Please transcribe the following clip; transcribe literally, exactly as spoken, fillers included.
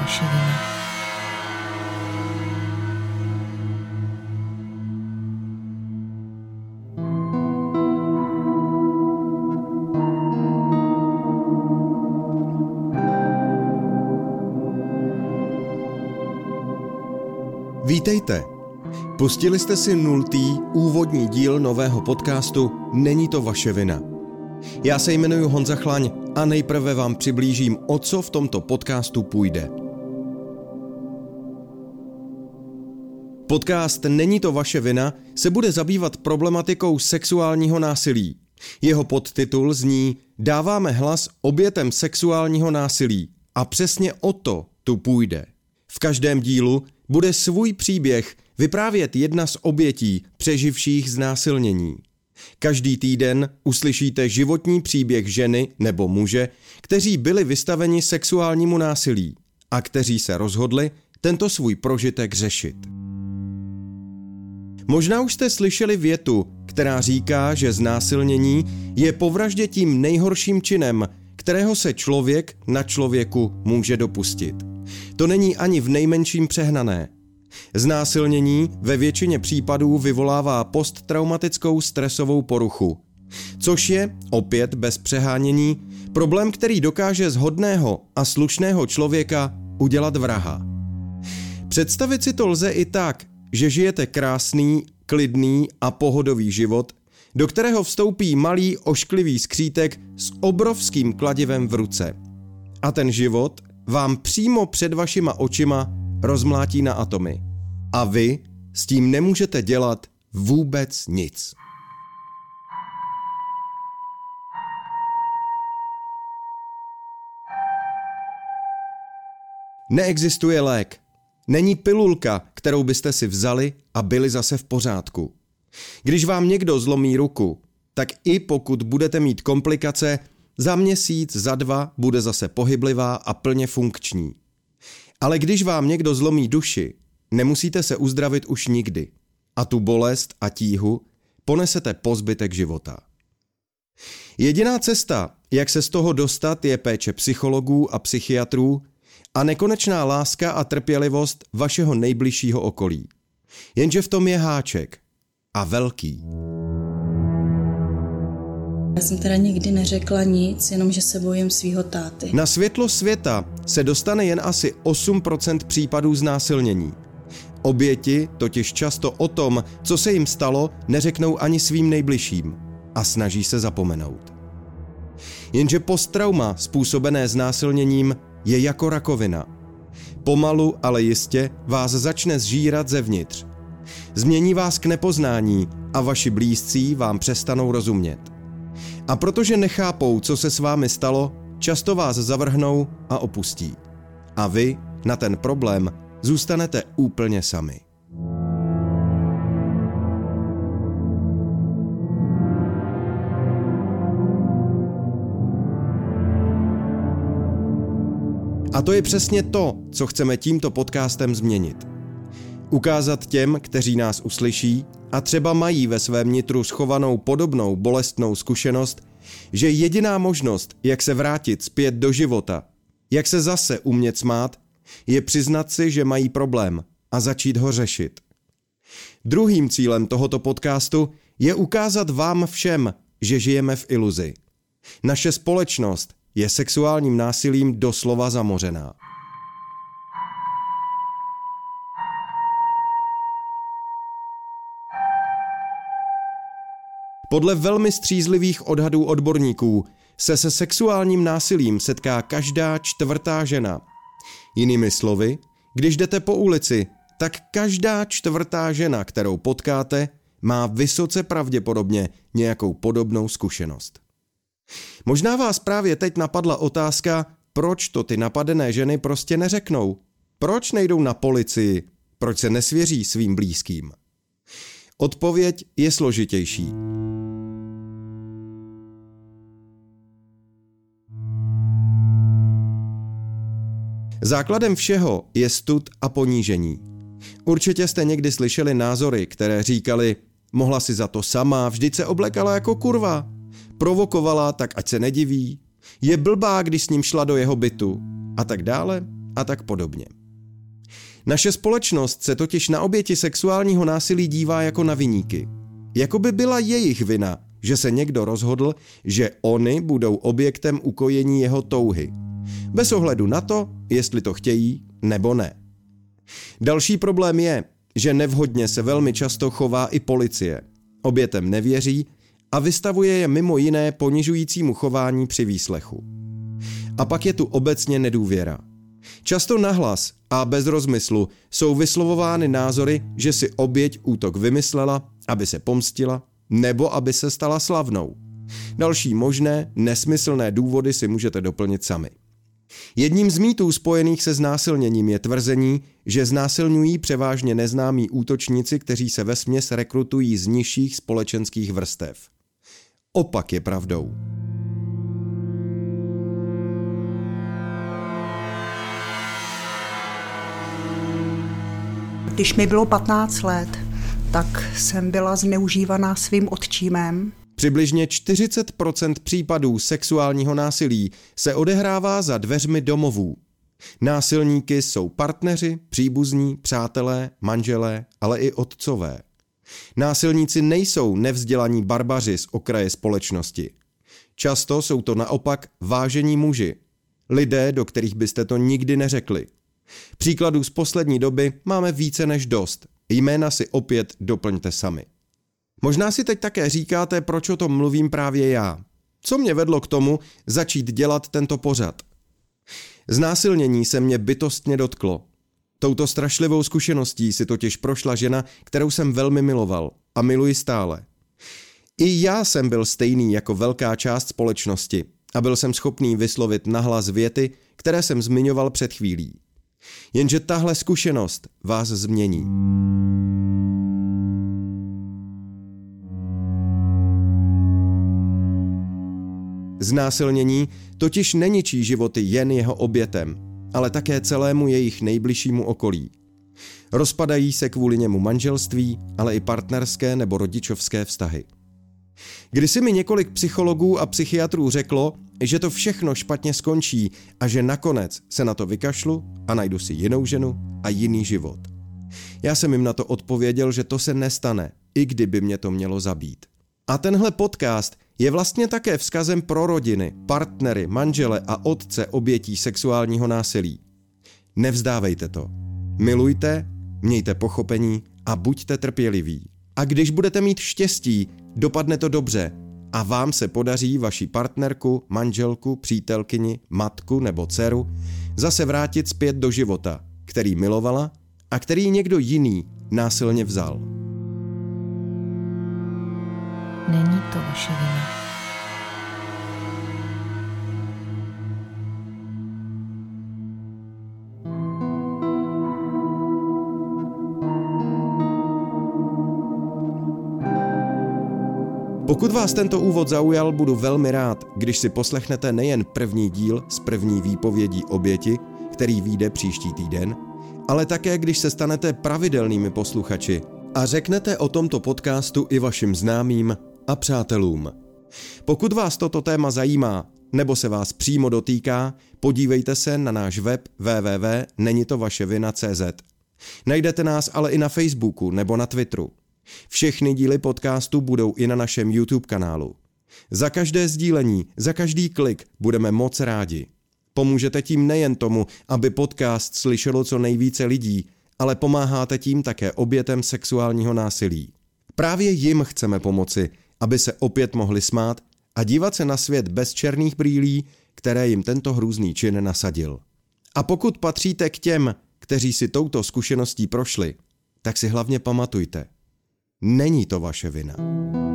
vaše vina. Vítejte. Pustili jste si nultý úvodní díl nového podcastu Není to vaše vina. Já se jmenuji Honza Chlaň a nejprve vám přiblížím, o co v tomto podcastu půjde. Podcast Není to vaše vina se bude zabývat problematikou sexuálního násilí. Jeho podtitul zní Dáváme hlas obětem sexuálního násilí a přesně o to tu půjde. V každém dílu bude svůj příběh vyprávět jedna z obětí přeživších znásilnění. Každý týden uslyšíte životní příběh ženy nebo muže, kteří byli vystaveni sexuálnímu násilí a kteří se rozhodli tento svůj prožitek řešit. Možná už jste slyšeli větu, která říká, že znásilnění je po vraždě tím nejhorším činem, kterého se člověk na člověku může dopustit. To není ani v nejmenším přehnané. Znásilnění ve většině případů vyvolává posttraumatickou stresovou poruchu, což je, opět bez přehánění, problém, který dokáže z hodného a slušného člověka udělat vraha. Představit si to lze i tak, že žijete krásný, klidný a pohodový život, do kterého vstoupí malý ošklivý skřítek s obrovským kladivem v ruce. A ten život vám přímo před vašima očima rozmlátí na atomy. A vy s tím nemůžete dělat vůbec nic. Neexistuje lék. Není pilulka, kterou byste si vzali a byli zase v pořádku. Když vám někdo zlomí ruku, tak i pokud budete mít komplikace, za měsíc, za dva bude zase pohyblivá a plně funkční. Ale když vám někdo zlomí duši, nemusíte se uzdravit už nikdy. A tu bolest a tíhu ponesete po zbytek života. Jediná cesta, jak se z toho dostat, je péče psychologů a psychiatrů a nekonečná láska a trpělivost vašeho nejbližšího okolí. Jenže v tom je háček. A velký. Já jsem teda nikdy neřekla nic, jenom že se bojím svýho táty. Na světlo světa se dostane jen asi osm procent případů znásilnění. Oběti totiž často o tom, co se jim stalo, neřeknou ani svým nejbližším a snaží se zapomenout. Jenže posttrauma způsobené znásilněním je jako rakovina. Pomalu, ale jistě vás začne zžírat zevnitř. Změní vás k nepoznání a vaši blízcí vám přestanou rozumět. A protože nechápou, co se s vámi stalo, často vás zavrhnou a opustí. A vy na ten problém zůstanete úplně sami. A to je přesně to, co chceme tímto podcastem změnit. Ukázat těm, kteří nás uslyší a třeba mají ve svém nitru schovanou podobnou bolestnou zkušenost, že jediná možnost, jak se vrátit zpět do života, jak se zase umět smát, je přiznat si, že mají problém a začít ho řešit. Druhým cílem tohoto podcastu je ukázat vám všem, že žijeme v iluzi. Naše společnost je sexuálním násilím doslova zamořená. Podle velmi střízlivých odhadů odborníků se se sexuálním násilím setká každá čtvrtá žena. Jinými slovy, když jdete po ulici, tak každá čtvrtá žena, kterou potkáte, má vysoce pravděpodobně nějakou podobnou zkušenost. Možná vás právě teď napadla otázka, proč to ty napadené ženy prostě neřeknou? Proč nejdou na policii? Proč se nesvěří svým blízkým? Odpověď je složitější. Základem všeho je stud a ponížení. Určitě jste někdy slyšeli názory, které říkali, mohla si za to sama, vždyť se oblekala jako kurva. Provokovala, tak ať se nediví. Je blbá, když s ním šla do jeho bytu. A tak dále, a tak podobně. Naše společnost se totiž na oběti sexuálního násilí dívá jako na viníky. Jako by byla jejich vina, že se někdo rozhodl, že oni budou objektem ukojení jeho touhy. Bez ohledu na to, jestli to chtějí nebo ne. Další problém je, že nevhodně se velmi často chová i policie. Obětem nevěří a vystavuje je mimo jiné ponižujícímu chování při výslechu. A pak je tu obecně nedůvěra. Často nahlas a bez rozmyslu jsou vyslovovány názory, že si oběť útok vymyslela, aby se pomstila, nebo aby se stala slavnou. Další možné, nesmyslné důvody si můžete doplnit sami. Jedním z mýtů spojených se znásilněním je tvrzení, že znásilňují převážně neznámí útočníci, kteří se vesměs rekrutují z nižších společenských vrstev. Opak je pravdou. Když mi bylo patnáct let, tak jsem byla zneužívaná svým otčímem. Přibližně čtyřicet procent případů sexuálního násilí se odehrává za dveřmi domovů. Násilníky jsou partneři, příbuzní, přátelé, manželé, ale i otcové. Násilníci nejsou nevzdělaní barbaři z okraje společnosti. Často jsou to naopak vážení muži. Lidé, do kterých byste to nikdy neřekli. Příkladů z poslední doby máme více než dost. Jména si opět doplňte sami. Možná si teď také říkáte, proč o tom mluvím právě já. Co mě vedlo k tomu začít dělat tento pořad? Znásilnění se mě bytostně dotklo. Touto strašlivou zkušeností si totiž prošla žena, kterou jsem velmi miloval a miluji stále. I já jsem byl stejný jako velká část společnosti a byl jsem schopný vyslovit nahlas věty, které jsem zmiňoval před chvílí. Jenže tahle zkušenost vás změní. Znásilnění totiž neničí životy jen jeho obětem, ale také celému jejich nejbližšímu okolí. Rozpadají se kvůli němu manželství, ale i partnerské nebo rodičovské vztahy. Kdysi mi několik psychologů a psychiatrů řeklo, že to všechno špatně skončí a že nakonec se na to vykašlu a najdu si jinou ženu a jiný život. Já jsem jim na to odpověděl, že to se nestane, i kdyby mě to mělo zabít. A tenhle podcast je vlastně také vzkazem pro rodiny, partnery, manžele a otce obětí sexuálního násilí. Nevzdávejte to. Milujte, mějte pochopení a buďte trpěliví. A když budete mít štěstí, dopadne to dobře a vám se podaří vaši partnerku, manželku, přítelkyni, matku nebo dceru zase vrátit zpět do života, který milovala a který někdo jiný násilně vzal. Není to vaše vina. Pokud vás tento úvod zaujal, budu velmi rád, když si poslechnete nejen první díl z první výpovědí oběti, který vyjde příští týden, ale také když se stanete pravidelnými posluchači a řeknete o tomto podcastu i vašim známým a přátelům. Pokud vás toto téma zajímá nebo se vás přímo dotýká, podívejte se na náš web w w w tečka nenitovaševina tečka c z. Najdete nás ale i na Facebooku nebo na Twitteru. Všechny díly podcastu budou i na našem YouTube kanálu. Za každé sdílení, za každý klik budeme moc rádi. Pomůžete tím nejen tomu, aby podcast slyšelo co nejvíce lidí, ale pomáháte tím také obětem sexuálního násilí. Právě jim chceme pomoci, aby se opět mohli smát a dívat se na svět bez černých brýlí, které jim tento hrůzný čin nasadil. A pokud patříte k těm, kteří si touto zkušeností prošli, tak si hlavně pamatujte. Není to vaše vina.